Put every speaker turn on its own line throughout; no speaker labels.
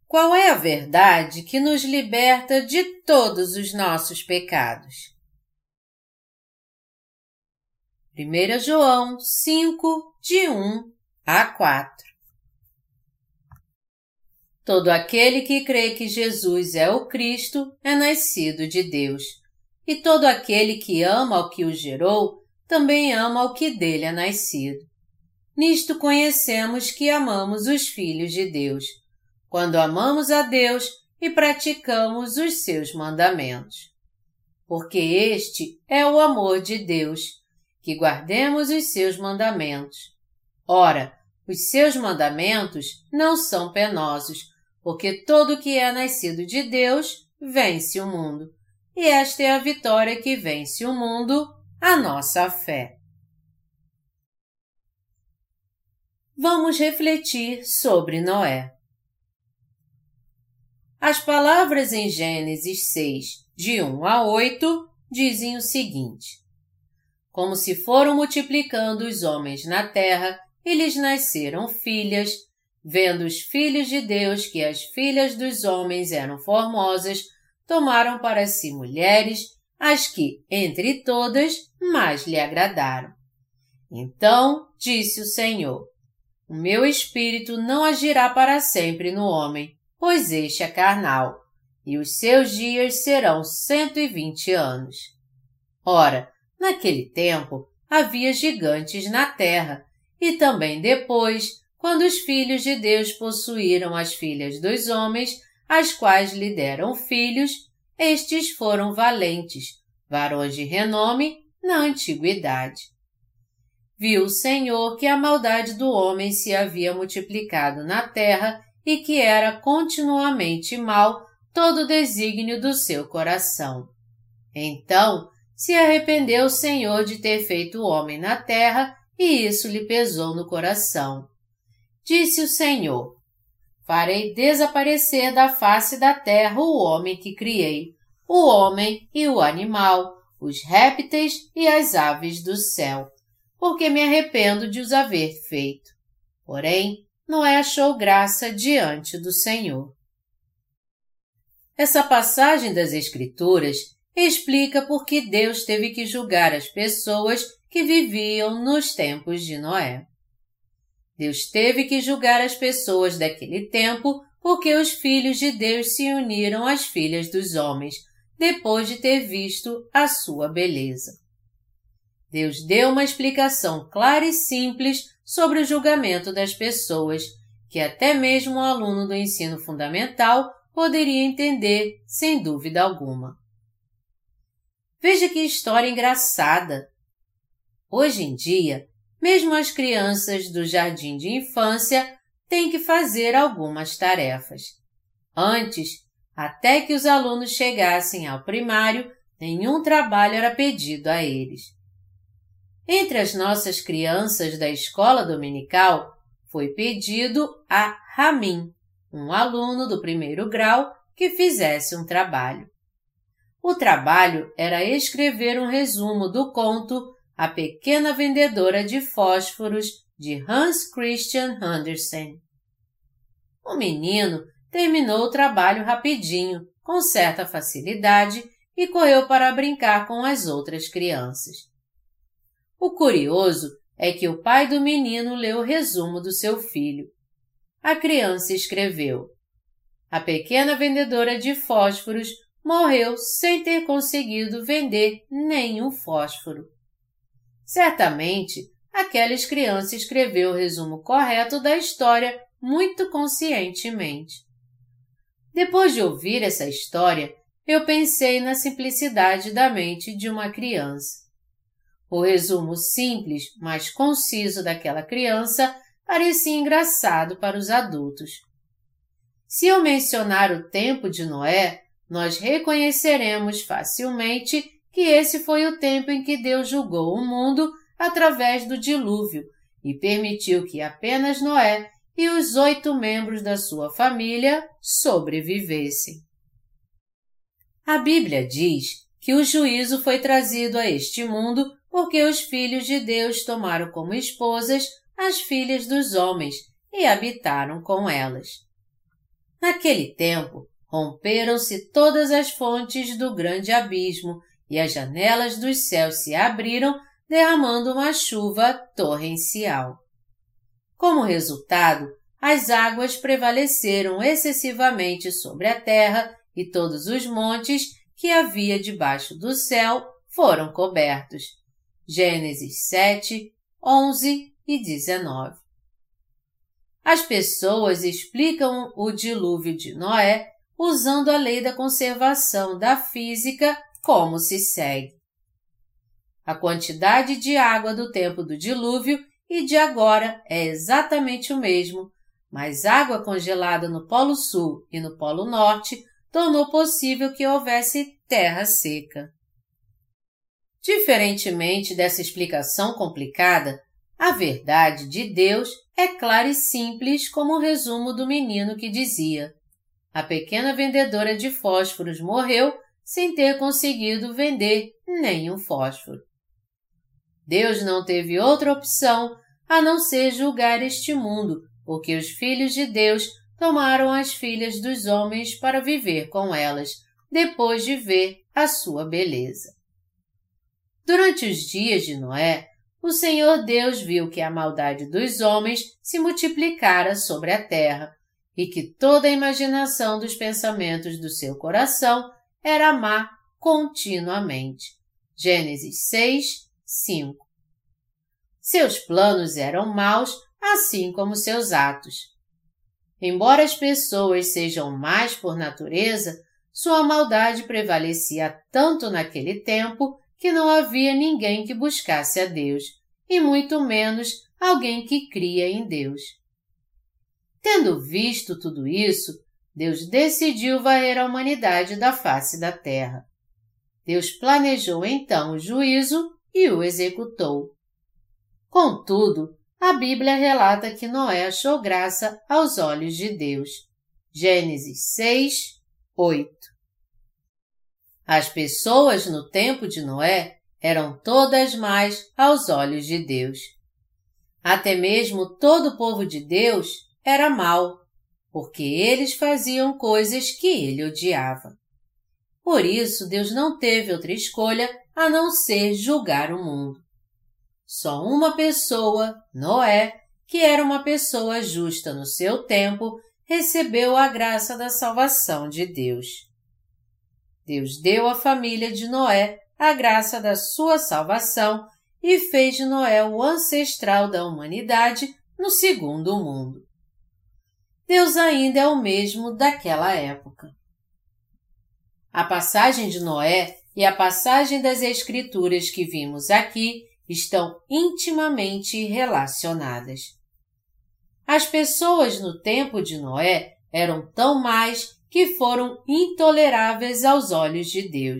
Qual é a verdade que nos liberta de todos os nossos pecados? 1 João 5, de 1 a 4. Todo aquele que crê que Jesus é o Cristo é nascido de Deus, e todo aquele que ama ao que o gerou também ama ao que dele é nascido. Nisto conhecemos que amamos os filhos de Deus, quando amamos a Deus e praticamos os seus mandamentos. Porque este é o amor de Deus, que guardemos os seus mandamentos. Ora, os seus mandamentos não são penosos, porque todo que é nascido de Deus vence o mundo. E esta é a vitória que vence o mundo, a nossa fé. Vamos refletir sobre Noé. As palavras em Gênesis 6, de 1 a 8, dizem o seguinte: Como se foram multiplicando os homens na terra, e lhes nasceram filhas, vendo os filhos de Deus que as filhas dos homens eram formosas, tomaram para si mulheres, as que, entre todas, mais lhe agradaram. Então disse o Senhor: O meu espírito não agirá para sempre no homem, pois este é carnal, e os seus dias serão 120 anos. Ora, naquele tempo havia gigantes na terra, e também depois, quando os filhos de Deus possuíram as filhas dos homens, as quais lhe deram filhos, estes foram valentes, varões de renome na antiguidade. Viu o Senhor que a maldade do homem se havia multiplicado na terra e que era continuamente mau todo o desígnio do seu coração. Então se arrependeu o Senhor de ter feito o homem na terra, e isso lhe pesou no coração. Disse o Senhor: Farei desaparecer da face da terra o homem que criei, o homem e o animal, os répteis e as aves do céu, porque me arrependo de os haver feito. Porém, Noé achou graça diante do Senhor. Essa passagem das Escrituras explica por que Deus teve que julgar as pessoas que viviam nos tempos de Noé. Deus teve que julgar as pessoas daquele tempo porque os filhos de Deus se uniram às filhas dos homens, depois de ter visto a sua beleza. Deus deu uma explicação clara e simples sobre o julgamento das pessoas, que até mesmo um aluno do ensino fundamental poderia entender sem dúvida alguma. Veja que história engraçada! Hoje em dia, mesmo as crianças do jardim de infância têm que fazer algumas tarefas. Antes, até que os alunos chegassem ao primário, nenhum trabalho era pedido a eles. Entre as nossas crianças da escola dominical, foi pedido a Ramin, um aluno do 1º grau, que fizesse um trabalho. O trabalho era escrever um resumo do conto A Pequena Vendedora de Fósforos, de Hans Christian Andersen. O menino terminou o trabalho rapidinho, com certa facilidade, e correu para brincar com as outras crianças. O curioso é que o pai do menino leu o resumo do seu filho. A criança escreveu: A pequena vendedora de fósforos morreu sem ter conseguido vender nenhum fósforo. Certamente, aquela criança escreveu o resumo correto da história muito conscientemente. Depois de ouvir essa história, eu pensei na simplicidade da mente de uma criança. O resumo simples, mas conciso daquela criança parecia engraçado para os adultos. Se eu mencionar o tempo de Noé, nós reconheceremos facilmente que esse foi o tempo em que Deus julgou o mundo através do dilúvio e permitiu que apenas Noé e os 8 membros da sua família sobrevivessem. A Bíblia diz que o juízo foi trazido a este mundo porque os filhos de Deus tomaram como esposas as filhas dos homens e habitaram com elas. Naquele tempo, romperam-se todas as fontes do grande abismo e as janelas dos céus se abriram, derramando uma chuva torrencial. Como resultado, as águas prevaleceram excessivamente sobre a terra e todos os montes que havia debaixo do céu foram cobertos. Gênesis 7, 11 e 19. As pessoas explicam o dilúvio de Noé usando a lei da conservação da física como se segue. A quantidade de água do tempo do dilúvio e de agora é exatamente o mesmo, mas água congelada no Polo Sul e no Polo Norte tornou possível que houvesse terra seca. Diferentemente dessa explicação complicada, a verdade de Deus é clara e simples como o resumo do menino que dizia: a pequena vendedora de fósforos morreu sem ter conseguido vender nenhum fósforo. Deus não teve outra opção a não ser julgar este mundo, porque os filhos de Deus tomaram as filhas dos homens para viver com elas, depois de ver a sua beleza. Durante os dias de Noé, o Senhor Deus viu que a maldade dos homens se multiplicara sobre a terra e que toda a imaginação dos pensamentos do seu coração era má continuamente. Gênesis 6, 5. Seus planos eram maus, assim como seus atos. Embora as pessoas sejam más por natureza, sua maldade prevalecia tanto naquele tempo que não havia ninguém que buscasse a Deus, e muito menos alguém que cria em Deus. Tendo visto tudo isso, Deus decidiu varrer a humanidade da face da terra. Deus planejou então o juízo e o executou. Contudo, a Bíblia relata que Noé achou graça aos olhos de Deus. Gênesis 6, 8. As pessoas no tempo de Noé eram todas más aos olhos de Deus. Até mesmo todo o povo de Deus era mau, porque eles faziam coisas que ele odiava. Por isso, Deus não teve outra escolha a não ser julgar o mundo. Só uma pessoa, Noé, que era uma pessoa justa no seu tempo, recebeu a graça da salvação de Deus. Deus deu à família de Noé a graça da sua salvação e fez de Noé o ancestral da humanidade no segundo mundo. Deus ainda é o mesmo daquela época. A passagem de Noé e a passagem das Escrituras que vimos aqui estão intimamente relacionadas. As pessoas no tempo de Noé eram tão más que foram intoleráveis aos olhos de Deus.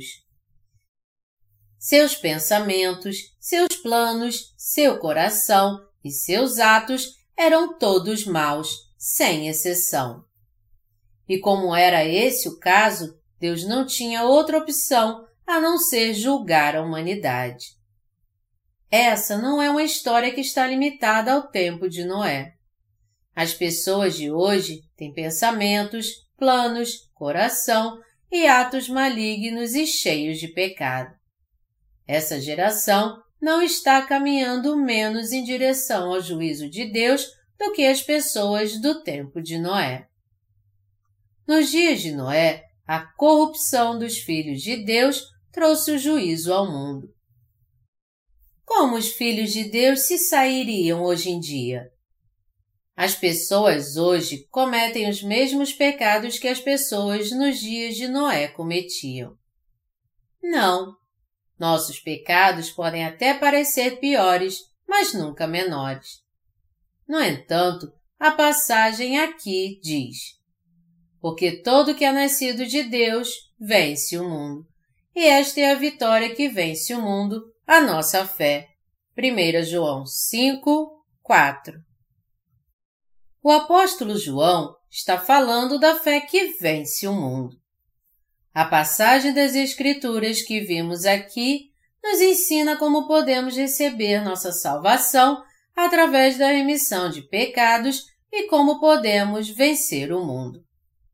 Seus pensamentos, seus planos, seu coração e seus atos eram todos maus, sem exceção. E como era esse o caso, Deus não tinha outra opção a não ser julgar a humanidade. Essa não é uma história que está limitada ao tempo de Noé. As pessoas de hoje têm pensamentos, planos, coração e atos malignos e cheios de pecado. Essa geração não está caminhando menos em direção ao juízo de Deus do que as pessoas do tempo de Noé. Nos dias de Noé, a corrupção dos filhos de Deus trouxe o juízo ao mundo. Como os filhos de Deus se sairiam hoje em dia? As pessoas hoje cometem os mesmos pecados que as pessoas nos dias de Noé cometiam. Não. Nossos pecados podem até parecer piores, mas nunca menores. No entanto, a passagem aqui diz: porque todo que é nascido de Deus vence o mundo. E esta é a vitória que vence o mundo, a nossa fé. 1 João 5, 4. O apóstolo João está falando da fé que vence o mundo. A passagem das Escrituras que vimos aqui nos ensina como podemos receber nossa salvação através da remissão de pecados e como podemos vencer o mundo.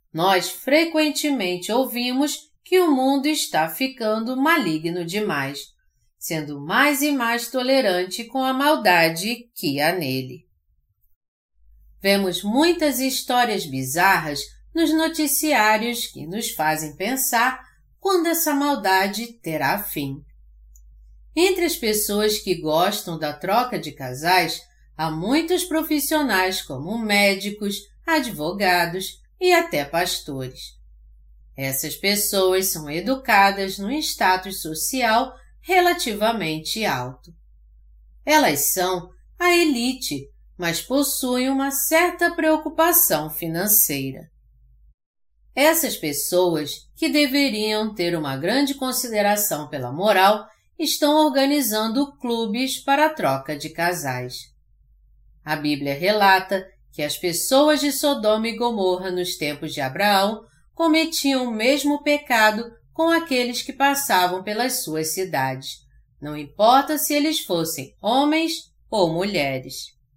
Nós frequentemente ouvimos que o mundo está ficando maligno demais, sendo mais e mais tolerante com a maldade que há nele. Vemos muitas histórias bizarras nos noticiários que nos fazem pensar quando essa maldade terá fim. Entre as pessoas que gostam da troca de casais, há muitos profissionais como médicos, advogados e até pastores. Essas pessoas são educadas num status social relativamente alto. Elas são a elite, mas possuem uma certa preocupação financeira. Essas pessoas, que deveriam ter uma grande consideração pela moral, estão organizando clubes para a troca de casais. A Bíblia relata que as pessoas de Sodoma e Gomorra nos tempos de Abraão cometiam o mesmo pecado com aqueles que passavam pelas suas cidades, não importa se eles fossem homens ou mulheres.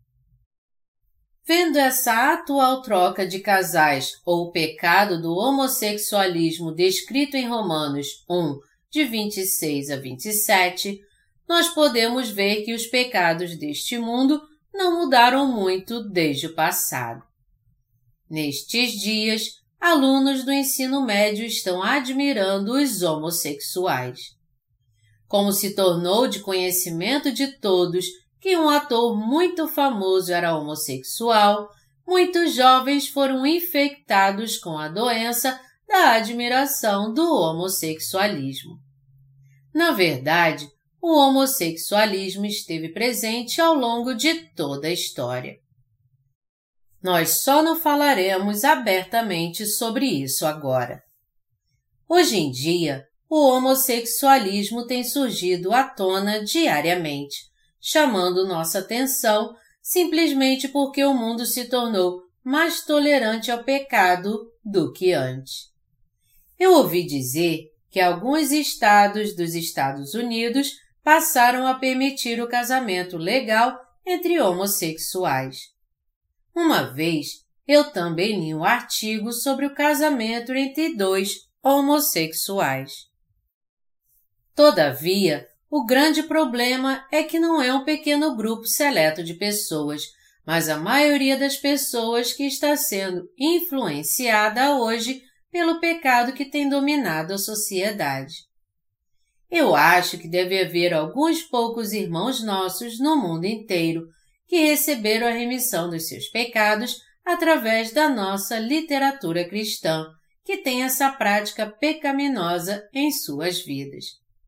Vendo essa atual troca de casais ou o pecado do homossexualismo descrito em Romanos 1, de 26 a 27, nós podemos ver que os pecados deste mundo não mudaram muito desde o passado. Nestes dias, alunos do ensino médio estão admirando os homossexuais. Como se tornou de conhecimento de todos que um ator muito famoso era homossexual, muitos jovens foram infectados com a doença da admiração do homossexualismo. Na verdade, o homossexualismo esteve presente ao longo de toda a história. Nós só não falaremos abertamente sobre isso agora. Hoje em dia, o homossexualismo tem surgido à tona diariamente, chamando nossa atenção simplesmente porque o mundo se tornou mais tolerante ao pecado do que antes. Eu ouvi dizer que alguns estados dos Estados Unidos passaram a permitir o casamento legal entre homossexuais. Uma vez, eu também li um artigo sobre o casamento entre dois homossexuais. Todavia, o grande problema é que não é um pequeno grupo seleto de pessoas, mas a maioria das pessoas que está sendo influenciada hoje pelo pecado que tem dominado a sociedade. Eu acho que deve haver alguns poucos irmãos nossos no mundo inteiro que receberam a remissão dos seus pecados através da nossa literatura cristã, que tem essa prática pecaminosa em suas vidas.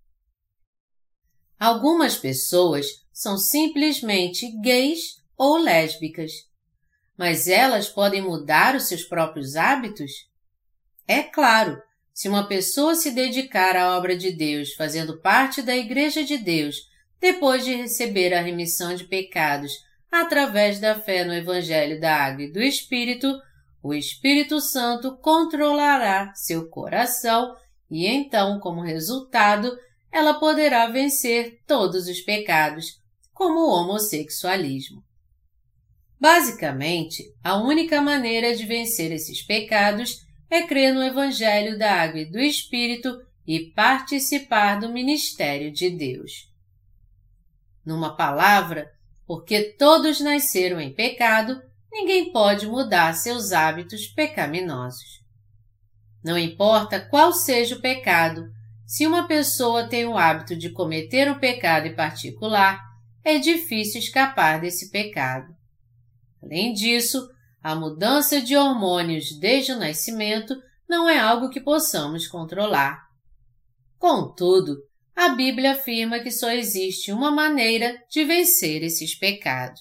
Algumas pessoas são simplesmente gays ou lésbicas, mas elas podem mudar os seus próprios hábitos? É claro, se uma pessoa se dedicar à obra de Deus fazendo parte da Igreja de Deus, depois de receber a remissão de pecados através da fé no Evangelho da Água e do Espírito, o Espírito Santo controlará seu coração e então, como resultado, ela poderá vencer todos os pecados, como o homossexualismo. Basicamente, a única maneira de vencer esses pecados é crer no Evangelho da Água e do Espírito e participar do ministério de Deus. Numa palavra, porque todos nasceram em pecado, ninguém pode mudar seus hábitos pecaminosos. Não importa qual seja o pecado, se uma pessoa tem o hábito de cometer um pecado em particular, é difícil escapar desse pecado. Além disso, a mudança de hormônios desde o nascimento não é algo que possamos controlar. Contudo, a Bíblia afirma que só existe uma maneira de vencer esses pecados.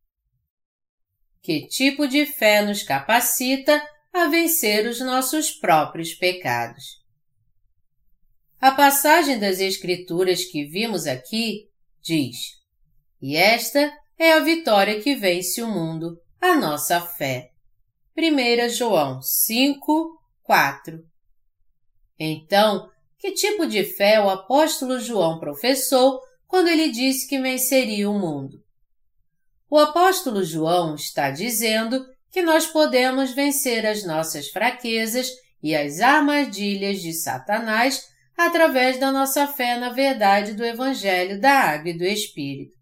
Que tipo de fé nos capacita a vencer os nossos próprios pecados? A passagem das Escrituras que vimos aqui diz: "E esta é a vitória que vence o mundo, a nossa fé." 1 João 5, 4. Então, que tipo de fé o apóstolo João professou quando ele disse que venceria o mundo? O apóstolo João está dizendo que nós podemos vencer as nossas fraquezas e as armadilhas de Satanás através da nossa fé na verdade do Evangelho da Água e do Espírito.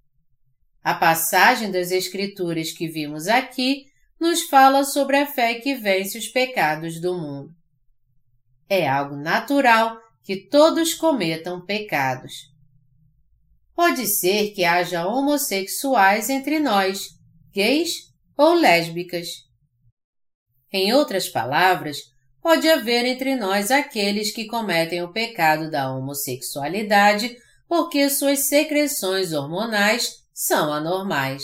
A passagem das Escrituras que vimos aqui nos fala sobre a fé que vence os pecados do mundo. É algo natural que todos cometam pecados. Pode ser que haja homossexuais entre nós, gays ou lésbicas. Em outras palavras, pode haver entre nós aqueles que cometem o pecado da homossexualidade porque suas secreções hormonais são anormais.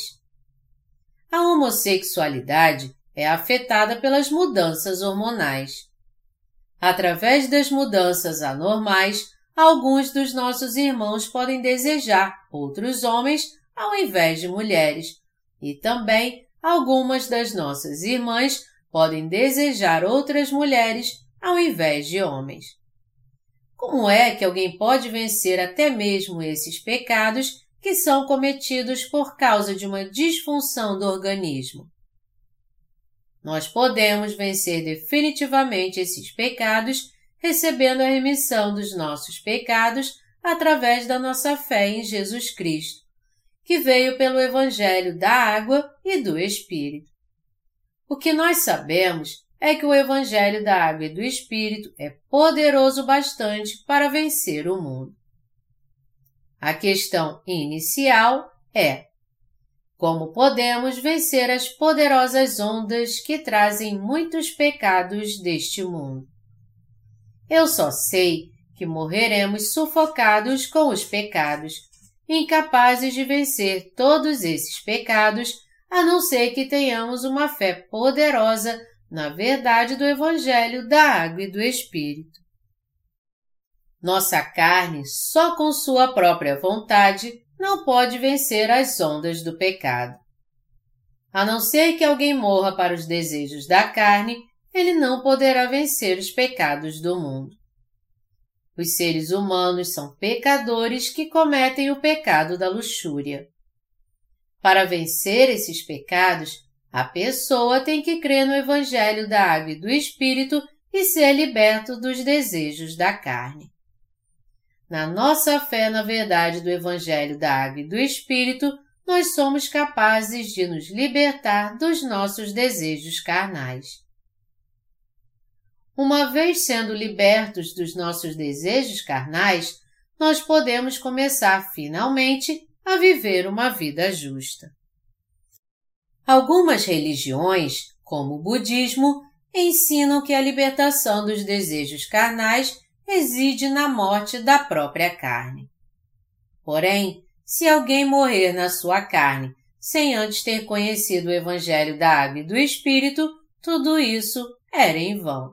A homossexualidade é afetada pelas mudanças hormonais. Através das mudanças anormais, alguns dos nossos irmãos podem desejar outros homens ao invés de mulheres, e também algumas das nossas irmãs podem desejar outras mulheres ao invés de homens. Como é que alguém pode vencer até mesmo esses pecados que são cometidos por causa de uma disfunção do organismo? Nós podemos vencer definitivamente esses pecados recebendo a remissão dos nossos pecados através da nossa fé em Jesus Cristo, que veio pelo Evangelho da Água e do Espírito. O que nós sabemos é que o Evangelho da Água e do Espírito é poderoso bastante para vencer o mundo. A questão inicial é: como podemos vencer as poderosas ondas que trazem muitos pecados deste mundo? Eu só sei que morreremos sufocados com os pecados, incapazes de vencer todos esses pecados, a não ser que tenhamos uma fé poderosa na verdade do Evangelho da Água e do Espírito. Nossa carne, só com sua própria vontade, não pode vencer as ondas do pecado. A não ser que alguém morra para os desejos da carne, ele não poderá vencer os pecados do mundo. Os seres humanos são pecadores que cometem o pecado da luxúria. Para vencer esses pecados, a pessoa tem que crer no Evangelho da Água e do Espírito e ser liberto dos desejos da carne. Na nossa fé na verdade do Evangelho da Água e do Espírito, nós somos capazes de nos libertar dos nossos desejos carnais. Uma vez sendo libertos dos nossos desejos carnais, nós podemos começar finalmente a viver uma vida justa. Algumas religiões, como o budismo, ensinam que a libertação dos desejos carnais reside na morte da própria carne. Porém, se alguém morrer na sua carne sem antes ter conhecido o Evangelho da Água e do Espírito, tudo isso era em vão.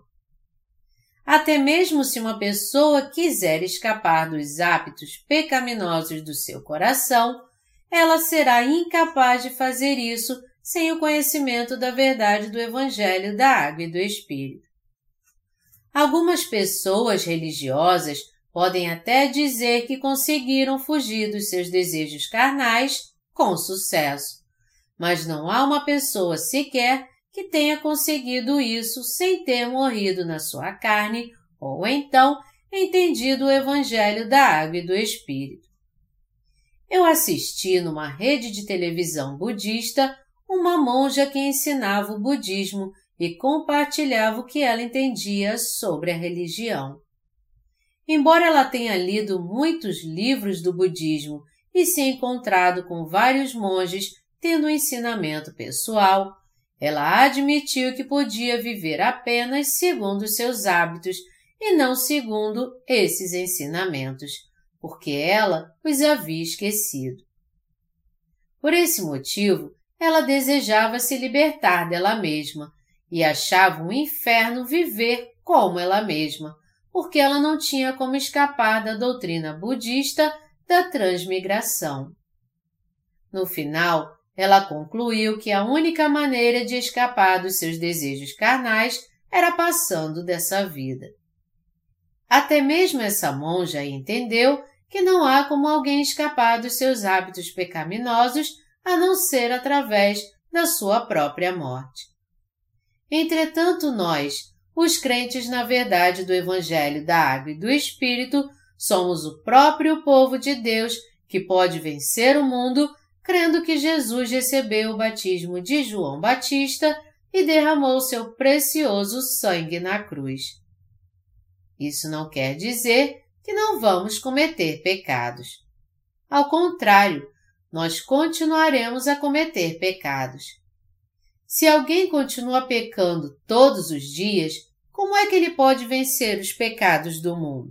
Até mesmo se uma pessoa quiser escapar dos hábitos pecaminosos do seu coração, ela será incapaz de fazer isso sem o conhecimento da verdade do Evangelho da Água e do Espírito. Algumas pessoas religiosas podem até dizer que conseguiram fugir dos seus desejos carnais com sucesso, mas não há uma pessoa sequer que tenha conseguido isso sem ter morrido na sua carne ou então entendido o Evangelho da Água e do Espírito. Eu assisti numa rede de televisão budista uma monja que ensinava o budismo e compartilhava o que ela entendia sobre a religião. Embora ela tenha lido muitos livros do budismo e se encontrado com vários monges tendo um ensinamento pessoal, ela admitiu que podia viver apenas segundo seus hábitos e não segundo esses ensinamentos, porque ela os havia esquecido. Por esse motivo, ela desejava se libertar dela mesma e achava um inferno viver como ela mesma, porque ela não tinha como escapar da doutrina budista da transmigração. No final, ela concluiu que a única maneira de escapar dos seus desejos carnais era passando dessa vida. Até mesmo essa monja entendeu que não há como alguém escapar dos seus hábitos pecaminosos a não ser através da sua própria morte. Entretanto, nós, os crentes na verdade do Evangelho da Água e do Espírito, somos o próprio povo de Deus que pode vencer o mundo crendo que Jesus recebeu o batismo de João Batista e derramou seu precioso sangue na cruz. Isso não quer dizer que não vamos cometer pecados. Ao contrário, nós continuaremos a cometer pecados. Se alguém continua pecando todos os dias, como é que ele pode vencer os pecados do mundo?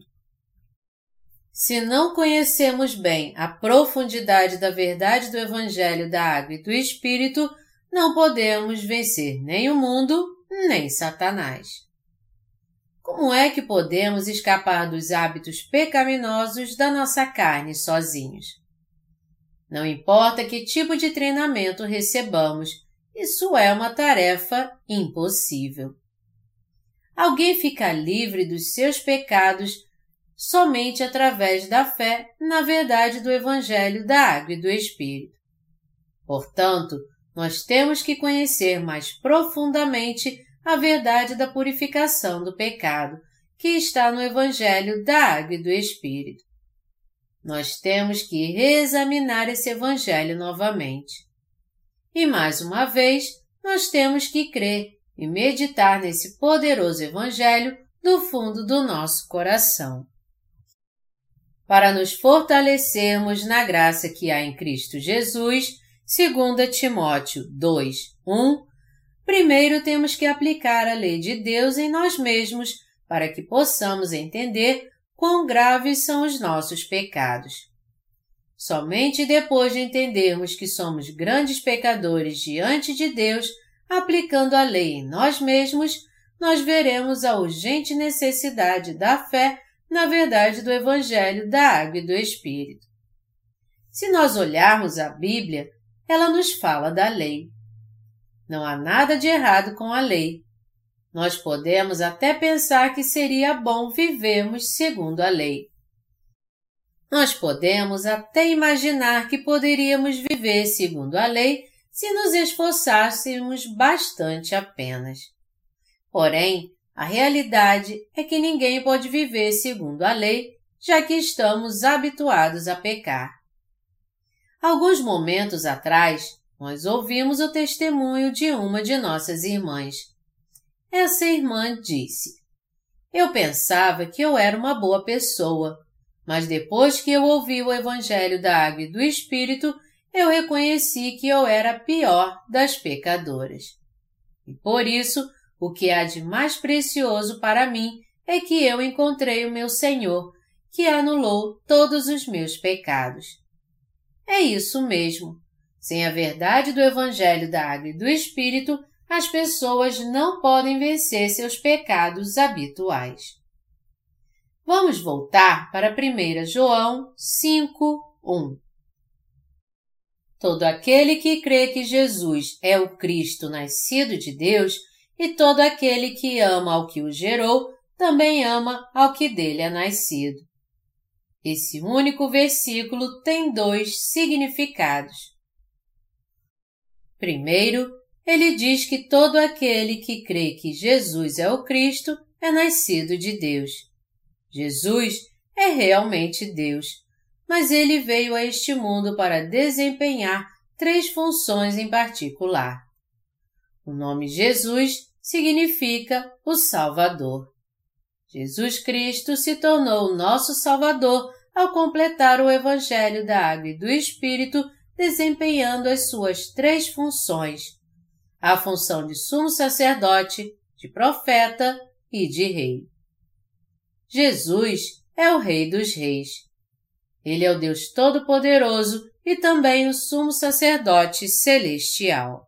Se não conhecemos bem a profundidade da verdade do Evangelho da Água e do Espírito, não podemos vencer nem o mundo, nem Satanás. Como é que podemos escapar dos hábitos pecaminosos da nossa carne sozinhos? Não importa que tipo de treinamento recebamos, isso é uma tarefa impossível. Alguém fica livre dos seus pecados somente através da fé na verdade do Evangelho da Água e do Espírito. Portanto, nós temos que conhecer mais profundamente a verdade da purificação do pecado, que está no Evangelho da Água e do Espírito. Nós temos que reexaminar esse Evangelho novamente. E mais uma vez, nós temos que crer e meditar nesse poderoso Evangelho do fundo do nosso coração. Para nos fortalecermos na graça que há em Cristo Jesus, 2 Timóteo 2:1, primeiro temos que aplicar a lei de Deus em nós mesmos para que possamos entender quão graves são os nossos pecados. Somente depois de entendermos que somos grandes pecadores diante de Deus, aplicando a lei em nós mesmos, nós veremos a urgente necessidade da fé na verdade do Evangelho da Água e do Espírito. Se nós olharmos a Bíblia, ela nos fala da lei. Não há nada de errado com a lei. Nós podemos até pensar que seria bom vivermos segundo a lei. Nós podemos até imaginar que poderíamos viver segundo a lei se nos esforçássemos bastante apenas. Porém, a realidade é que ninguém pode viver segundo a lei, já que estamos habituados a pecar. Alguns momentos atrás, nós ouvimos o testemunho de uma de nossas irmãs. Essa irmã disse: "Eu pensava que eu era uma boa pessoa, mas depois que eu ouvi o Evangelho da Água e do Espírito, eu reconheci que eu era a pior das pecadoras. E por isso, o que há de mais precioso para mim é que eu encontrei o meu Senhor, que anulou todos os meus pecados." É isso mesmo. Sem a verdade do Evangelho da Água e do Espírito, as pessoas não podem vencer seus pecados habituais. Vamos voltar para 1 João 5:1. Todo aquele que crê que Jesus é o Cristo nascido de Deus, e todo aquele que ama ao que o gerou, também ama ao que dele é nascido. Esse único versículo tem 2 significados. Primeiro, ele diz que todo aquele que crê que Jesus é o Cristo é nascido de Deus. Jesus é realmente Deus, mas ele veio a este mundo para desempenhar 3 funções em particular. O nome Jesus significa o Salvador. Jesus Cristo se tornou o nosso Salvador ao completar o Evangelho da Água e do Espírito, desempenhando as suas 3 funções: a função de sumo sacerdote, de profeta e de rei. Jesus é o Rei dos Reis. Ele é o Deus Todo-Poderoso e também o sumo sacerdote celestial.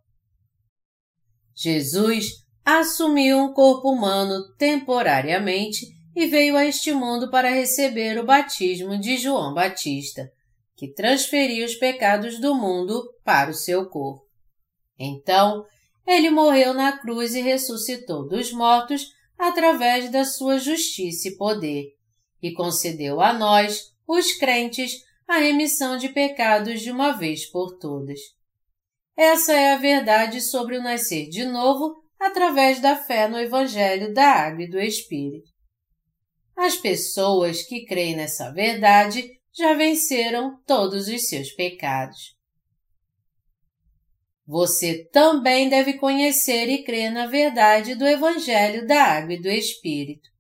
Jesus assumiu um corpo humano temporariamente e veio a este mundo para receber o batismo de João Batista, que transferiu os pecados do mundo para o seu corpo. Então, ele morreu na cruz e ressuscitou dos mortos através da sua justiça e poder, e concedeu a nós, os crentes, a remissão de pecados de uma vez por todas. Essa é a verdade sobre o nascer de novo através da fé no Evangelho da Água e do Espírito. As pessoas que creem nessa verdade já venceram todos os seus pecados. Você também deve conhecer e crer na verdade do Evangelho da Água e do Espírito.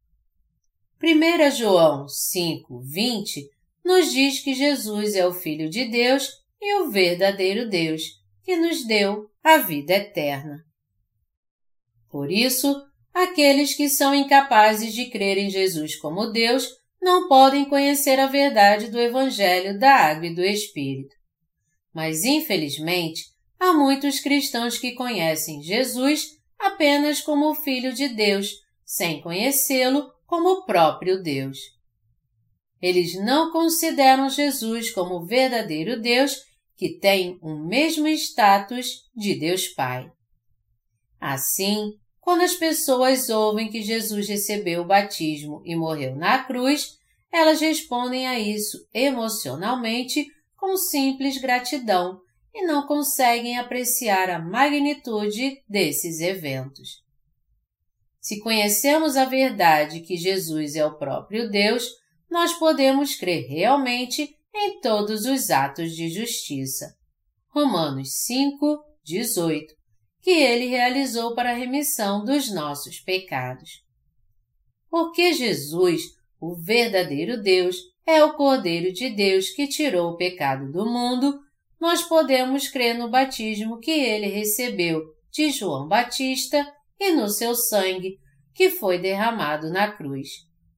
1 João 5:20 nos diz que Jesus é o Filho de Deus e o verdadeiro Deus, que nos deu a vida eterna. Por isso, aqueles que são incapazes de crer em Jesus como Deus não podem conhecer a verdade do Evangelho da Água e do Espírito. Mas, infelizmente, há muitos cristãos que conhecem Jesus apenas como o Filho de Deus, sem conhecê-lo como o próprio Deus. Eles não consideram Jesus como o verdadeiro Deus, que tem o mesmo status de Deus Pai. Assim, quando as pessoas ouvem que Jesus recebeu o batismo e morreu na cruz, elas respondem a isso emocionalmente com simples gratidão e não conseguem apreciar a magnitude desses eventos. Se conhecemos a verdade que Jesus é o próprio Deus, nós podemos crer realmente em todos os atos de justiça. Romanos 5:18, que ele realizou para a remissão dos nossos pecados. Porque Jesus, o verdadeiro Deus, é o Cordeiro de Deus que tirou o pecado do mundo, nós podemos crer no batismo que ele recebeu de João Batista e no seu sangue, que foi derramado na cruz.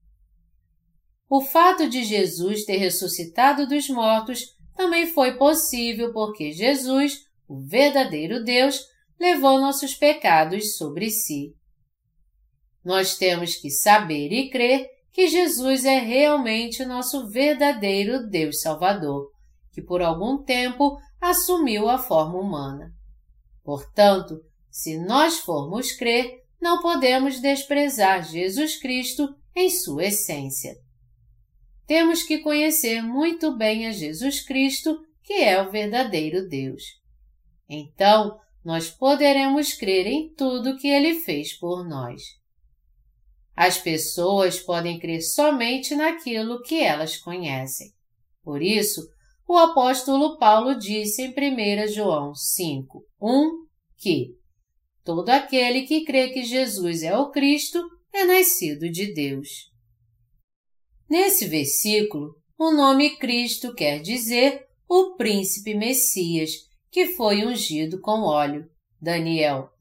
O fato de Jesus ter ressuscitado dos mortos também foi possível porque Jesus, o verdadeiro Deus, levou nossos pecados sobre si. Nós temos que saber e crer que Jesus é realmente o nosso verdadeiro Deus Salvador, que por algum tempo assumiu a forma humana. Portanto, se nós formos crer, não podemos desprezar Jesus Cristo em sua essência. Temos que conhecer muito bem a Jesus Cristo, que é o verdadeiro Deus. Então, nós poderemos crer em tudo que Ele fez por nós. As pessoas podem crer somente naquilo que elas conhecem. Por isso, o apóstolo Paulo disse em 1 João 5:1 que todo aquele que crê que Jesus é o Cristo é nascido de Deus. Nesse versículo, o nome Cristo quer dizer o Príncipe Messias, que foi ungido com óleo. Daniel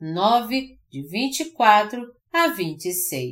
9:24-26.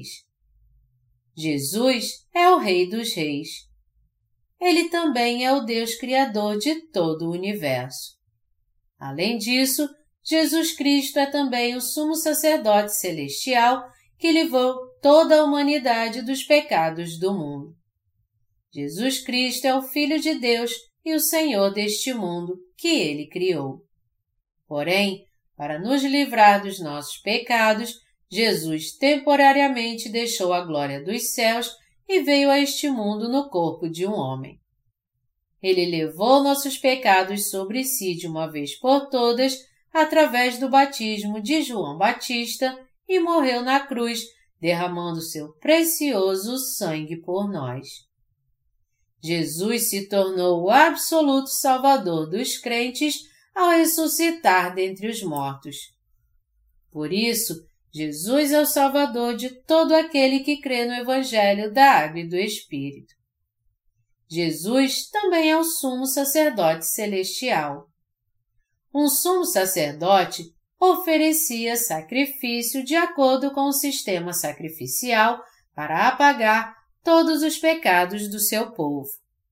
Jesus é o Rei dos Reis. Ele também é o Deus Criador de todo o universo. Além disso, Jesus Cristo é também o Sumo Sacerdote Celestial que livrou toda a humanidade dos pecados do mundo. Jesus Cristo é o Filho de Deus e o Senhor deste mundo que Ele criou. Porém, para nos livrar dos nossos pecados, Jesus temporariamente deixou a glória dos céus e veio a este mundo no corpo de um homem. Ele levou nossos pecados sobre si de uma vez por todas através do batismo de João Batista e morreu na cruz, derramando seu precioso sangue por nós. Jesus se tornou o absoluto Salvador dos crentes ao ressuscitar dentre os mortos. Por isso, Jesus é o Salvador de todo aquele que crê no Evangelho da Água e do Espírito. Jesus também é o Sumo Sacerdote Celestial. Um sumo sacerdote oferecia sacrifício de acordo com o sistema sacrificial para apagar todos os pecados do seu povo.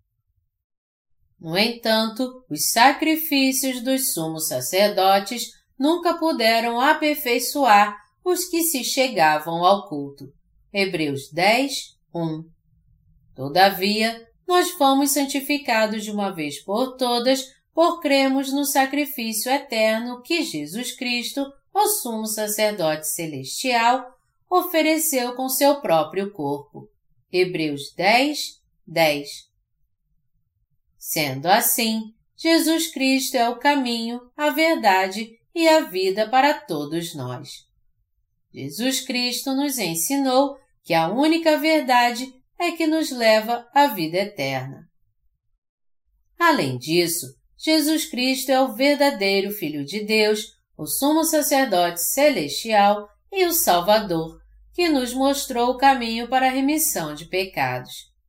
No entanto, os sacrifícios dos sumos sacerdotes nunca puderam aperfeiçoar os que se chegavam ao culto. Hebreus 10:1. Todavia, nós fomos santificados de uma vez por todas por crermos no sacrifício eterno que Jesus Cristo, o sumo sacerdote celestial, ofereceu com seu próprio corpo. Hebreus 10:10. Sendo assim, Jesus Cristo é o caminho, a verdade e a vida para todos nós. Jesus Cristo nos ensinou que a única verdade é que nos leva à vida eterna. Além disso, Jesus Cristo é o verdadeiro Filho de Deus, o sumo sacerdote celestial e o Salvador, que nos mostrou o caminho para a remissão de pecados.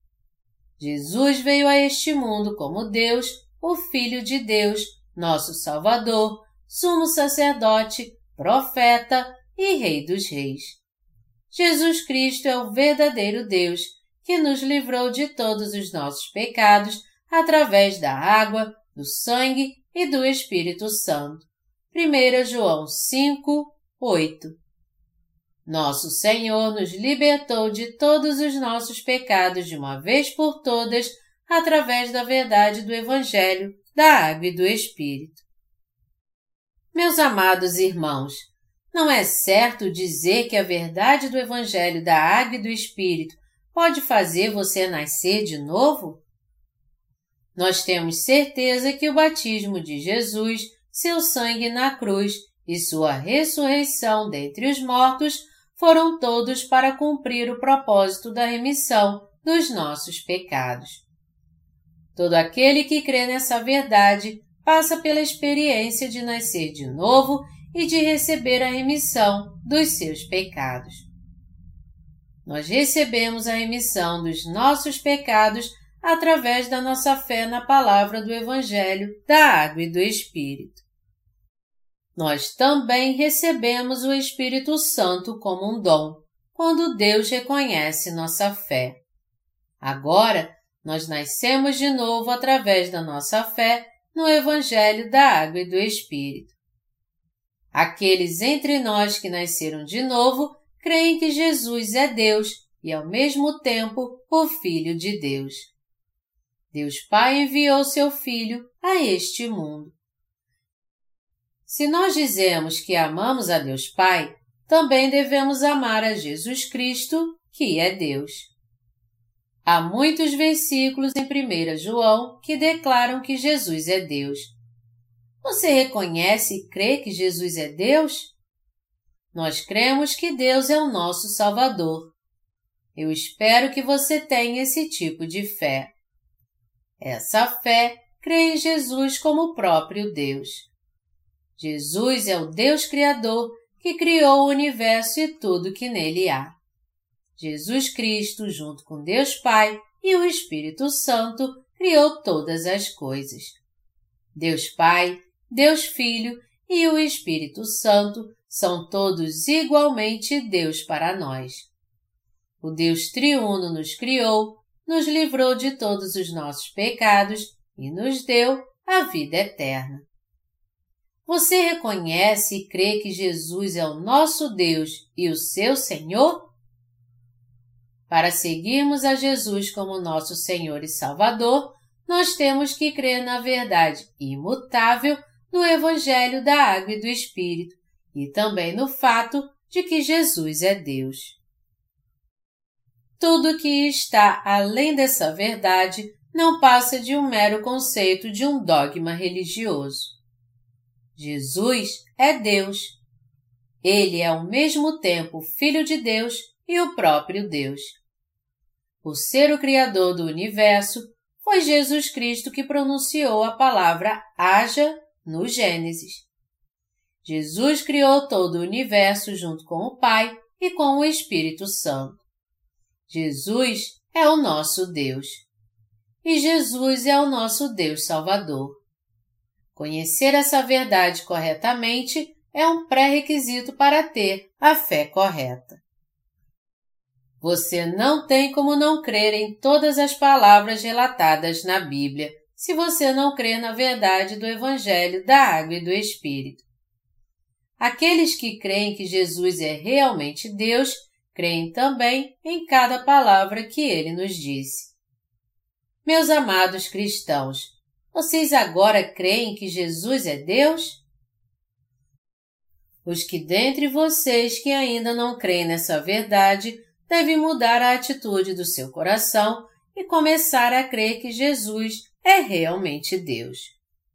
Jesus veio a este mundo como Deus, o Filho de Deus, nosso Salvador, sumo sacerdote, profeta e Rei dos Reis. Jesus Cristo é o verdadeiro Deus, que nos livrou de todos os nossos pecados através da água, do sangue e do Espírito Santo. 1 João 5, 8. Nosso Senhor nos libertou de todos os nossos pecados de uma vez por todas através da verdade do Evangelho, da água e do Espírito. Meus amados irmãos, não é certo dizer que a verdade do Evangelho da água e do Espírito pode fazer você nascer de novo? Nós temos certeza que o batismo de Jesus, seu sangue na cruz e sua ressurreição dentre os mortos foram todos para cumprir o propósito da remissão dos nossos pecados. Todo aquele que crê nessa verdade passa pela experiência de nascer de novo e de receber a remissão dos seus pecados. Nós recebemos a remissão dos nossos pecados através da nossa fé na palavra do Evangelho, da água e do Espírito. Nós também recebemos o Espírito Santo como um dom, quando Deus reconhece nossa fé. Agora, nós nascemos de novo através da nossa fé no Evangelho da água e do Espírito. Aqueles entre nós que nasceram de novo creem que Jesus é Deus e, ao mesmo tempo, o Filho de Deus. Deus Pai enviou seu Filho a este mundo. Se nós dizemos que amamos a Deus Pai, também devemos amar a Jesus Cristo, que é Deus. Há muitos versículos em 1 João que declaram que Jesus é Deus. Você reconhece e crê que Jesus é Deus? Nós cremos que Deus é o nosso Salvador. Eu espero que você tenha esse tipo de fé. Essa fé crê em Jesus como o próprio Deus. Jesus é o Deus Criador que criou o universo e tudo que nele há. Jesus Cristo, junto com Deus Pai e o Espírito Santo, criou todas as coisas. Deus Pai, Deus Filho e o Espírito Santo são todos igualmente Deus para nós. O Deus triuno nos criou, nos livrou de todos os nossos pecados e nos deu a vida eterna. Você reconhece e crê que Jesus é o nosso Deus e o seu Senhor? Para seguirmos a Jesus como nosso Senhor e Salvador, nós temos que crer na verdade imutável do Evangelho da água e do Espírito e também no fato de que Jesus é Deus. Tudo que está além dessa verdade não passa de um mero conceito de um dogma religioso. Jesus é Deus. Ele é ao mesmo tempo Filho de Deus e o próprio Deus. Por ser o Criador do universo, foi Jesus Cristo que pronunciou a palavra haja no Gênesis. Jesus criou todo o universo junto com o Pai e com o Espírito Santo. Jesus é o nosso Deus. E Jesus é o nosso Deus Salvador. Conhecer essa verdade corretamente é um pré-requisito para ter a fé correta. Você não tem como não crer em todas as palavras relatadas na Bíblia, se você não crer na verdade do Evangelho da água e do Espírito. Aqueles que creem que Jesus é realmente Deus, creem também em cada palavra que ele nos disse. Meus amados cristãos, vocês agora creem que Jesus é Deus? Os que dentre vocês que ainda não creem nessa verdade devem mudar a atitude do seu coração e começar a crer que Jesus é realmente Deus.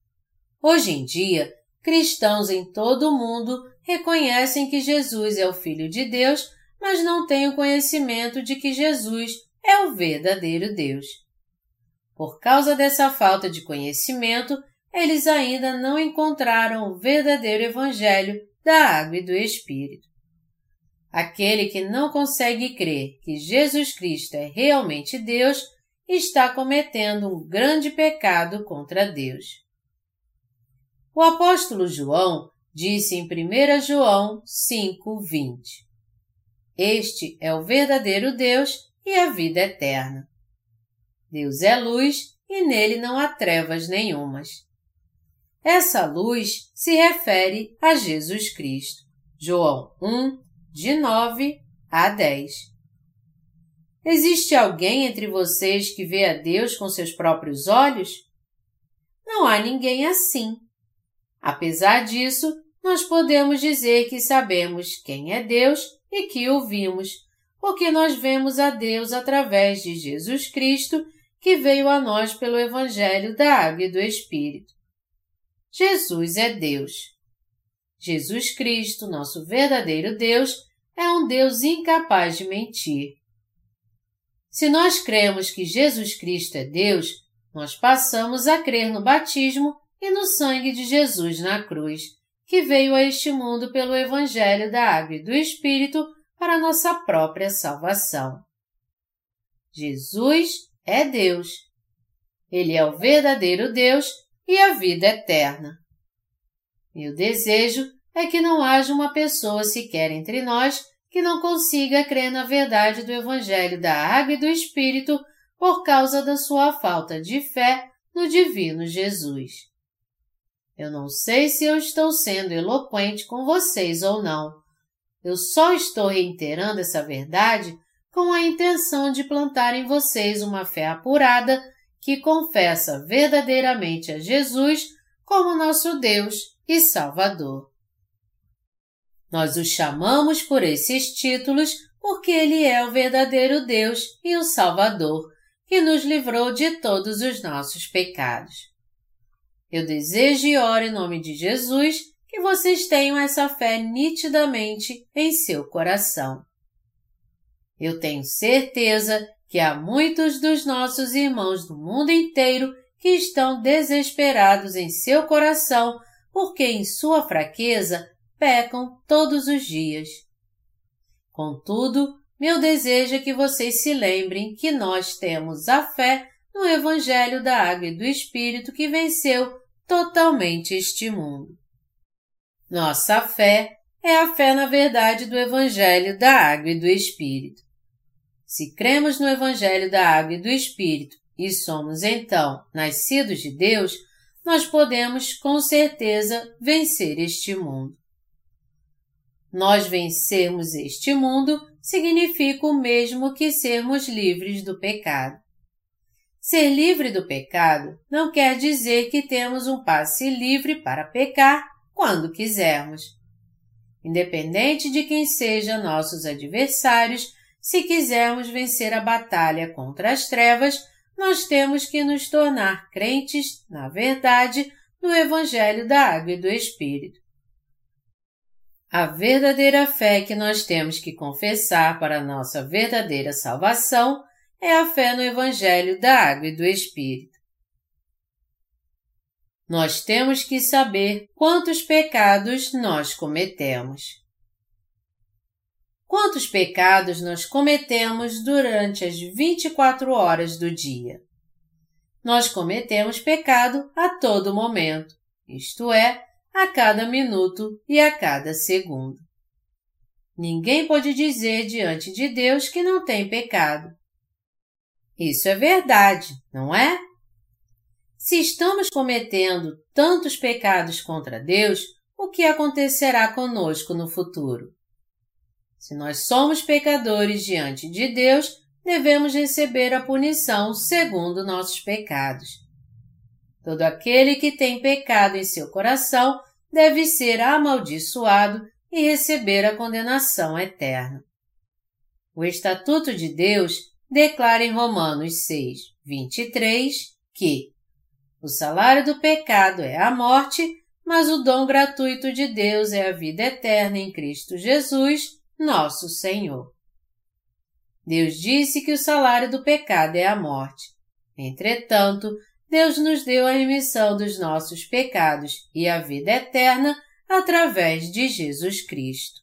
Hoje em dia, cristãos em todo o mundo reconhecem que Jesus é o Filho de Deus, mas não têm o conhecimento de que Jesus é o verdadeiro Deus. Por causa dessa falta de conhecimento, eles ainda não encontraram o verdadeiro Evangelho da Água e do Espírito. Aquele que não consegue crer que Jesus Cristo é realmente Deus está cometendo um grande pecado contra Deus. O apóstolo João disse em 1 João 5:20: Este é o verdadeiro Deus e a vida eterna. Deus é luz e nele não há trevas nenhumas. Essa luz se refere a Jesus Cristo. João 1, de 9 a 10. Existe alguém entre vocês que vê a Deus com seus próprios olhos? Não há ninguém assim. Apesar disso, nós podemos dizer que sabemos quem é Deus e que o vimos, porque nós vemos a Deus através de Jesus Cristo, que veio a nós pelo Evangelho da Água e do Espírito. Jesus é Deus. Jesus Cristo, nosso verdadeiro Deus, é um Deus incapaz de mentir. Se nós cremos que Jesus Cristo é Deus, nós passamos a crer no batismo e no sangue de Jesus na cruz, que veio a este mundo pelo Evangelho da Água e do Espírito para nossa própria salvação. Jesus é Deus. Ele é o verdadeiro Deus e a vida eterna. Meu desejo é que não haja uma pessoa sequer entre nós que não consiga crer na verdade do Evangelho da Água e do Espírito por causa da sua falta de fé no divino Jesus. Eu não sei se eu estou sendo eloquente com vocês ou não. Eu só estou reiterando essa verdade com a intenção de plantar em vocês uma fé apurada que confessa verdadeiramente a Jesus como nosso Deus e Salvador. Nós o chamamos por esses títulos porque Ele é o verdadeiro Deus e o Salvador, que nos livrou de todos os nossos pecados. Eu desejo e oro em nome de Jesus que vocês tenham essa fé nitidamente em seu coração. Eu tenho certeza que há muitos dos nossos irmãos do mundo inteiro que estão desesperados em seu coração porque em sua fraqueza pecam todos os dias. Contudo, meu desejo é que vocês se lembrem que nós temos a fé no Evangelho da Água e do Espírito que venceu totalmente este mundo. Nossa fé é a fé na verdade do Evangelho da Água e do Espírito. Se cremos no Evangelho da Água e do Espírito e somos, então, nascidos de Deus, nós podemos, com certeza, vencer este mundo. Nós vencermos este mundo significa o mesmo que sermos livres do pecado. Ser livre do pecado não quer dizer que temos um passe livre para pecar quando quisermos. Independente de quem sejam nossos adversários, se quisermos vencer a batalha contra as trevas, nós temos que nos tornar crentes, na verdade, no Evangelho da Água e do Espírito. A verdadeira fé que nós temos que confessar para a nossa verdadeira salvação é a fé no Evangelho da Água e do Espírito. Nós temos que saber quantos pecados nós cometemos. Quantos pecados nós cometemos durante as 24 horas do dia? Nós cometemos pecado a todo momento, isto é, a cada minuto e a cada segundo. Ninguém pode dizer diante de Deus que não tem pecado. Isso é verdade, não é? Se estamos cometendo tantos pecados contra Deus, o que acontecerá conosco no futuro? Se nós somos pecadores diante de Deus, devemos receber a punição segundo nossos pecados. Todo aquele que tem pecado em seu coração deve ser amaldiçoado e receber a condenação eterna. O Estatuto de Deus declara em Romanos 6, 23, que O salário do pecado é a morte, mas o dom gratuito de Deus é a vida eterna em Cristo Jesus, nosso Senhor. Deus disse que o salário do pecado é a morte. Entretanto, Deus nos deu a remissão dos nossos pecados e a vida eterna através de Jesus Cristo.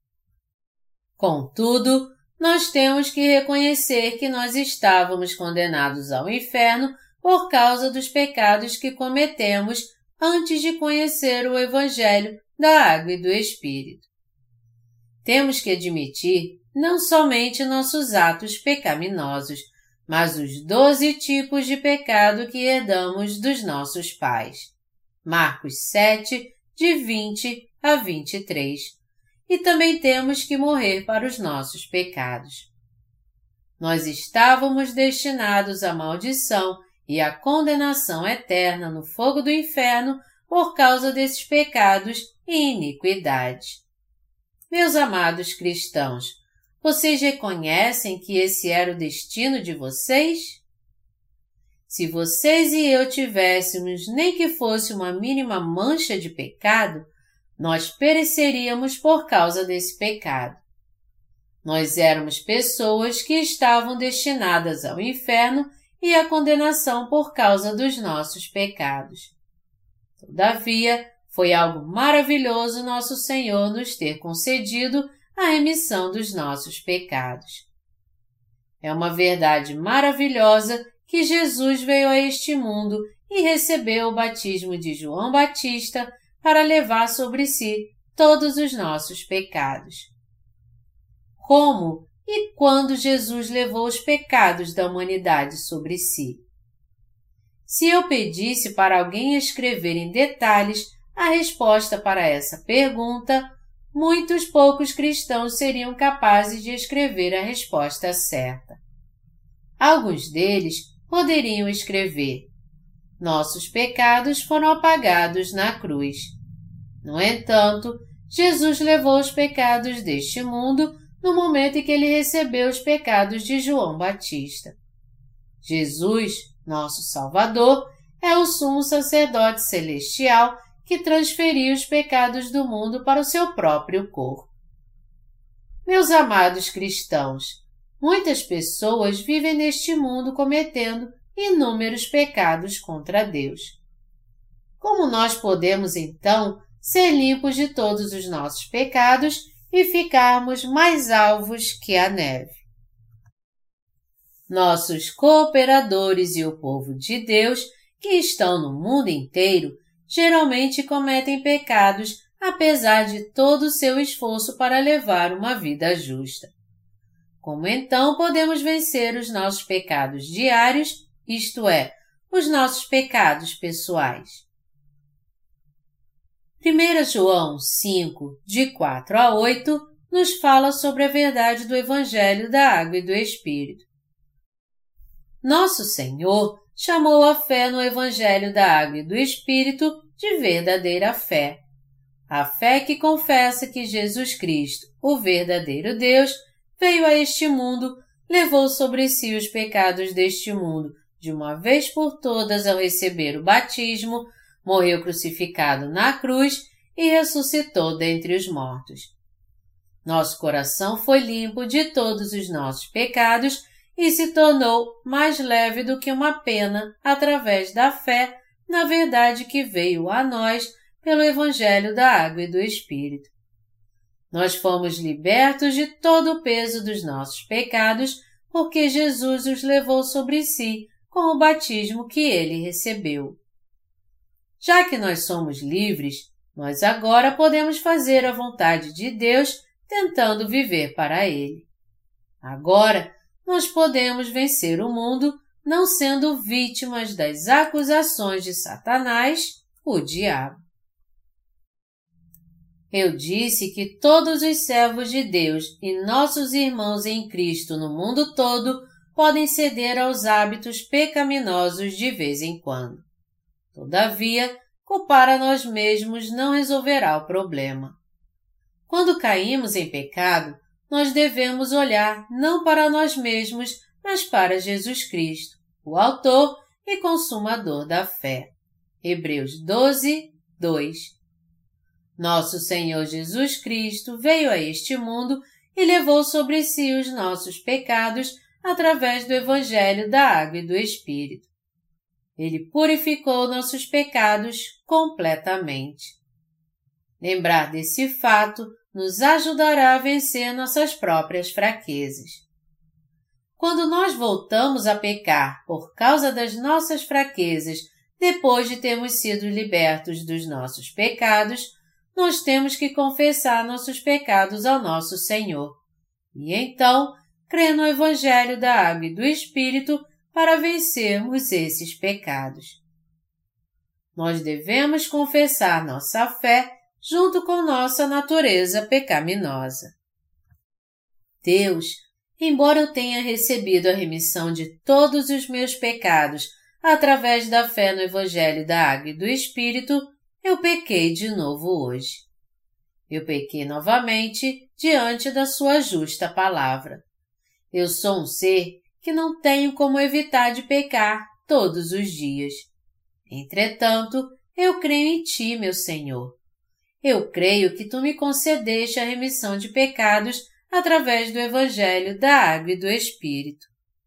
Contudo, nós temos que reconhecer que nós estávamos condenados ao inferno por causa dos pecados que cometemos antes de conhecer o Evangelho da Água e do Espírito. Temos que admitir não somente nossos atos pecaminosos, mas os 12 tipos de pecado que herdamos dos nossos pais. Marcos 7, de 20 a 23. E também temos que morrer para os nossos pecados. Nós estávamos destinados à maldição e à condenação eterna no fogo do inferno por causa desses pecados e iniquidades. Meus amados cristãos, vocês reconhecem que esse era o destino de vocês? Se vocês e eu tivéssemos nem que fosse uma mínima mancha de pecado, nós pereceríamos por causa desse pecado. Nós éramos pessoas que estavam destinadas ao inferno e à condenação por causa dos nossos pecados. Todavia, foi algo maravilhoso nosso Senhor nos ter concedido a remissão dos nossos pecados. É uma verdade maravilhosa que Jesus veio a este mundo e recebeu o batismo de João Batista para levar sobre si todos os nossos pecados. Como e quando Jesus levou os pecados da humanidade sobre si? Se eu pedisse para alguém escrever em detalhes a resposta para essa pergunta, muitos poucos cristãos seriam capazes de escrever a resposta certa. Alguns deles poderiam escrever: nossos pecados foram apagados na cruz. No entanto, Jesus levou os pecados deste mundo no momento em que ele recebeu os pecados de João Batista. Jesus, nosso Salvador, é o sumo sacerdote celestial que transferiu os pecados do mundo para o seu próprio corpo. Meus amados cristãos, muitas pessoas vivem neste mundo cometendo inúmeros pecados contra Deus. Como nós podemos, então, ser limpos de todos os nossos pecados e ficarmos mais alvos que a neve? Nossos cooperadores e o povo de Deus, que estão no mundo inteiro, geralmente cometem pecados apesar de todo o seu esforço para levar uma vida justa. Como então podemos vencer os nossos pecados diários, isto é, os nossos pecados pessoais? 1 João 5, de 4 a 8, nos fala sobre a verdade do Evangelho da Água e do Espírito. Nosso Senhor chamou a fé no Evangelho da Água e do Espírito de verdadeira fé. A fé que confessa que Jesus Cristo, o verdadeiro Deus, veio a este mundo, levou sobre si os pecados deste mundo de uma vez por todas ao receber o batismo, morreu crucificado na cruz e ressuscitou dentre os mortos. Nosso coração foi limpo de todos os nossos pecados e se tornou mais leve do que uma pena através da fé na verdade que veio a nós pelo Evangelho da Água e do Espírito. Nós fomos libertos de todo o peso dos nossos pecados porque Jesus os levou sobre si com o batismo que ele recebeu. Já que nós somos livres, nós agora podemos fazer a vontade de Deus tentando viver para Ele. Agora, nós podemos vencer o mundo não sendo vítimas das acusações de Satanás, o diabo. Eu disse que todos os servos de Deus e nossos irmãos em Cristo no mundo todo podem ceder aos hábitos pecaminosos de vez em quando. Todavia, culpar a nós mesmos não resolverá o problema. Quando caímos em pecado, nós devemos olhar não para nós mesmos, mas para Jesus Cristo, o autor e consumador da fé. Hebreus 12, 2. Nosso Senhor Jesus Cristo veio a este mundo e levou sobre si os nossos pecados através do Evangelho da Água e do Espírito. Ele purificou nossos pecados completamente. Lembrar desse fato nos ajudará a vencer nossas próprias fraquezas. Quando nós voltamos a pecar por causa das nossas fraquezas, depois de termos sido libertos dos nossos pecados, nós temos que confessar nossos pecados ao nosso Senhor. E então, crer no Evangelho da Água e do Espírito para vencermos esses pecados. Nós devemos confessar nossa fé junto com nossa natureza pecaminosa. Deus, embora eu tenha recebido a remissão de todos os meus pecados através da fé no Evangelho da Água e do Espírito, eu pequei de novo hoje. Eu pequei novamente diante da sua justa palavra. Eu sou um ser que não tenho como evitar de pecar todos os dias. Entretanto, eu creio em Ti, meu Senhor. Eu creio que Tu me concedeste a remissão de pecados através do Evangelho da Água e do Espírito.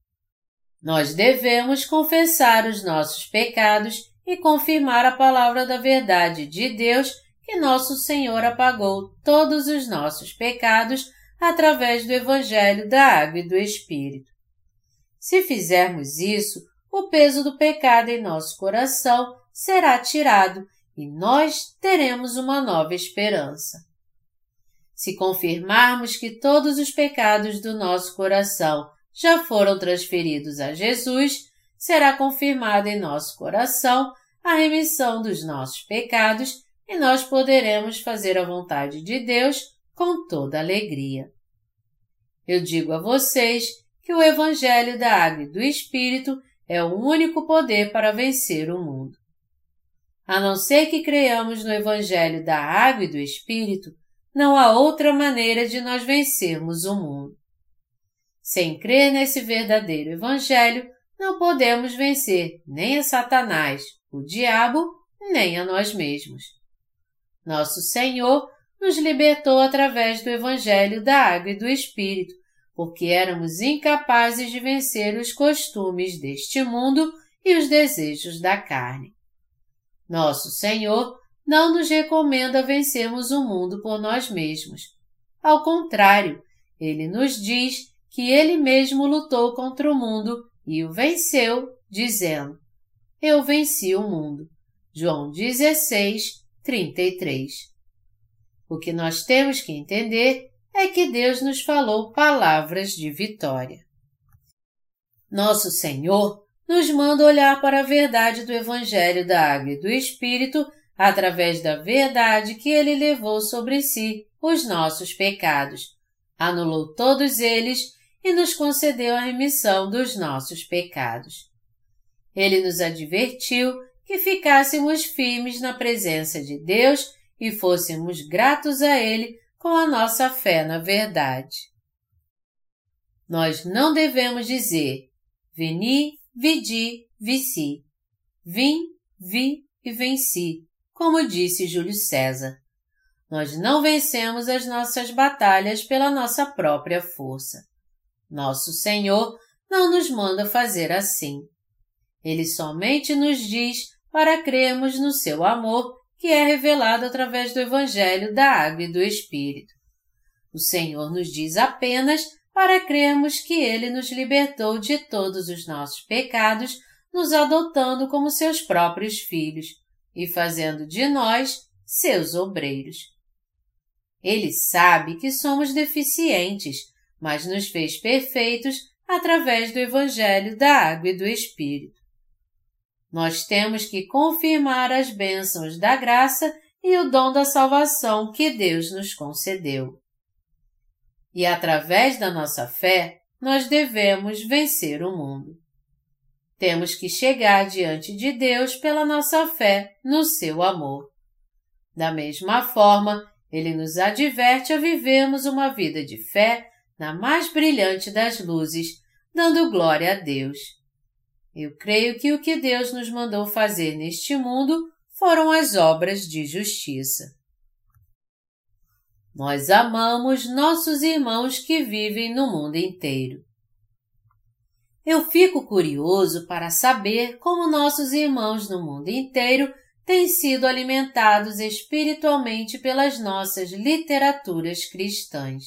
Nós devemos confessar os nossos pecados e confirmar a palavra da verdade de Deus que nosso Senhor apagou todos os nossos pecados através do Evangelho da Água e do Espírito. Se fizermos isso, o peso do pecado em nosso coração será tirado e nós teremos uma nova esperança. Se confirmarmos que todos os pecados do nosso coração já foram transferidos a Jesus, será confirmada em nosso coração a remissão dos nossos pecados e nós poderemos fazer a vontade de Deus com toda alegria. Eu digo a vocês que o Evangelho da Água e do Espírito é o único poder para vencer o mundo. A não ser que creiamos no Evangelho da Água e do Espírito, não há outra maneira de nós vencermos o mundo. Sem crer nesse verdadeiro Evangelho, não podemos vencer nem a Satanás, o diabo, nem a nós mesmos. Nosso Senhor nos libertou através do Evangelho da Água e do Espírito, porque éramos incapazes de vencer os costumes deste mundo e os desejos da carne. Nosso Senhor não nos recomenda vencermos o mundo por nós mesmos. Ao contrário, Ele nos diz que Ele mesmo lutou contra o mundo e o venceu, dizendo: Eu venci o mundo. João 16, 33. O que nós temos que entender é que Deus nos falou palavras de vitória. Nosso Senhor nos manda olhar para a verdade do Evangelho da Água e do Espírito através da verdade que Ele levou sobre si os nossos pecados, anulou todos eles e nos concedeu a remissão dos nossos pecados. Ele nos advertiu que ficássemos firmes na presença de Deus e fôssemos gratos a Ele com a nossa fé na verdade. Nós não devemos dizer veni, vidi, vici, vim, vi e venci, como disse Júlio César. Nós não vencemos as nossas batalhas pela nossa própria força. Nosso Senhor não nos manda fazer assim. Ele somente nos diz para crermos no seu amor, que é revelado através do Evangelho da Água e do Espírito. O Senhor nos diz apenas para crermos que Ele nos libertou de todos os nossos pecados, nos adotando como seus próprios filhos e fazendo de nós seus obreiros. Ele sabe que somos deficientes, mas nos fez perfeitos através do Evangelho da Água e do Espírito. Nós temos que confirmar as bênçãos da graça e o dom da salvação que Deus nos concedeu. E através da nossa fé, nós devemos vencer o mundo. Temos que chegar diante de Deus pela nossa fé no seu amor. Da mesma forma, Ele nos adverte a vivermos uma vida de fé na mais brilhante das luzes, dando glória a Deus. Eu creio que o que Deus nos mandou fazer neste mundo foram as obras de justiça. Nós amamos nossos irmãos que vivem no mundo inteiro. Eu fico curioso para saber como nossos irmãos no mundo inteiro têm sido alimentados espiritualmente pelas nossas literaturas cristãs.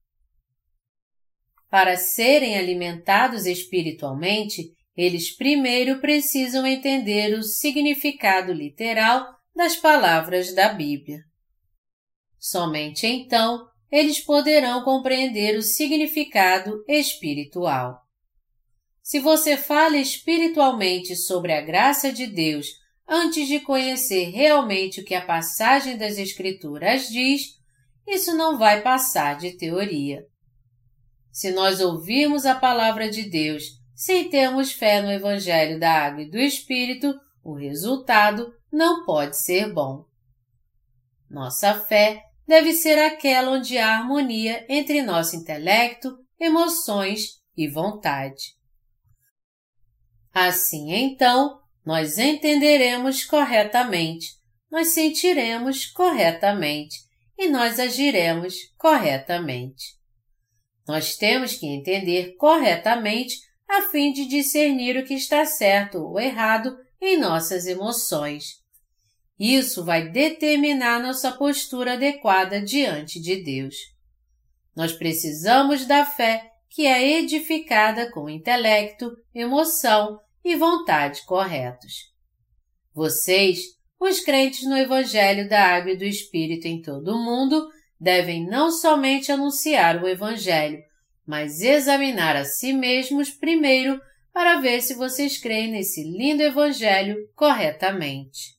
Para serem alimentados espiritualmente, eles primeiro precisam entender o significado literal das palavras da Bíblia. Somente então eles poderão compreender o significado espiritual. Se você fala espiritualmente sobre a graça de Deus antes de conhecer realmente o que a passagem das Escrituras diz, isso não vai passar de teoria. Se nós ouvirmos a palavra de Deus sem termos fé no Evangelho da Água e do Espírito, o resultado não pode ser bom. Nossa fé deve ser aquela onde há harmonia entre nosso intelecto, emoções e vontade. Assim, então, nós entenderemos corretamente, nós sentiremos corretamente e nós agiremos corretamente. Nós temos que entender corretamente a fim de discernir o que está certo ou errado em nossas emoções. Isso vai determinar nossa postura adequada diante de Deus. Nós precisamos da fé que é edificada com intelecto, emoção e vontade corretos. Vocês, os crentes no Evangelho da Água e do Espírito em todo o mundo, devem não somente anunciar o Evangelho, mas examinar a si mesmos primeiro para ver se vocês creem nesse lindo Evangelho corretamente.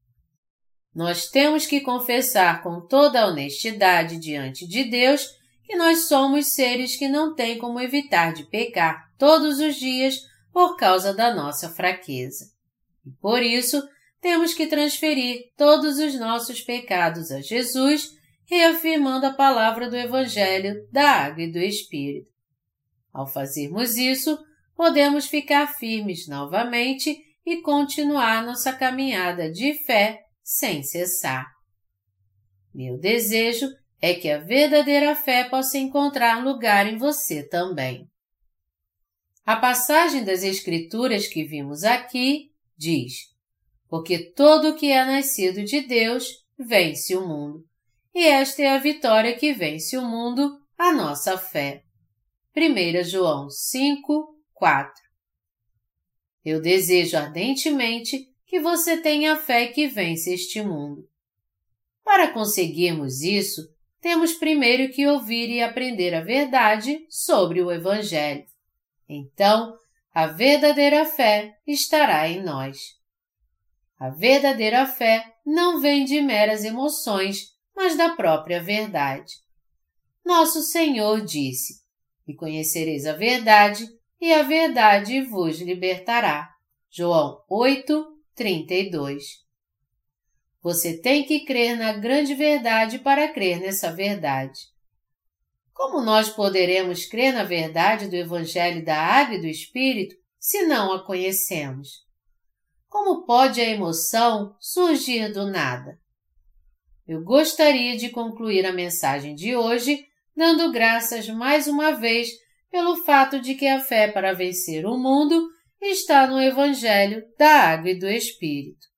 Nós temos que confessar com toda a honestidade diante de Deus que nós somos seres que não têm como evitar de pecar todos os dias por causa da nossa fraqueza. E por isso, temos que transferir todos os nossos pecados a Jesus, reafirmando a palavra do Evangelho da Água e do Espírito. Ao fazermos isso, podemos ficar firmes novamente e continuar nossa caminhada de fé sem cessar. Meu desejo é que a verdadeira fé possa encontrar lugar em você também. A passagem das Escrituras que vimos aqui diz: porque todo o que é nascido de Deus vence o mundo, e esta é a vitória que vence o mundo, a nossa fé. 1 João 5, 4. Eu desejo ardentemente que você tenha a fé que vence este mundo. Para conseguirmos isso, temos primeiro que ouvir e aprender a verdade sobre o Evangelho. Então, a verdadeira fé estará em nós. A verdadeira fé não vem de meras emoções, mas da própria verdade. Nosso Senhor disse: e conhecereis a verdade, e a verdade vos libertará. João 8, 32. Você tem que crer na grande verdade para crer nessa verdade. Como nós poderemos crer na verdade do Evangelho da Água e do Espírito se não a conhecemos? Como pode a emoção surgir do nada? Eu gostaria de concluir a mensagem de hoje dando graças mais uma vez pelo fato de que a fé para vencer o mundo está no Evangelho da Água e do Espírito.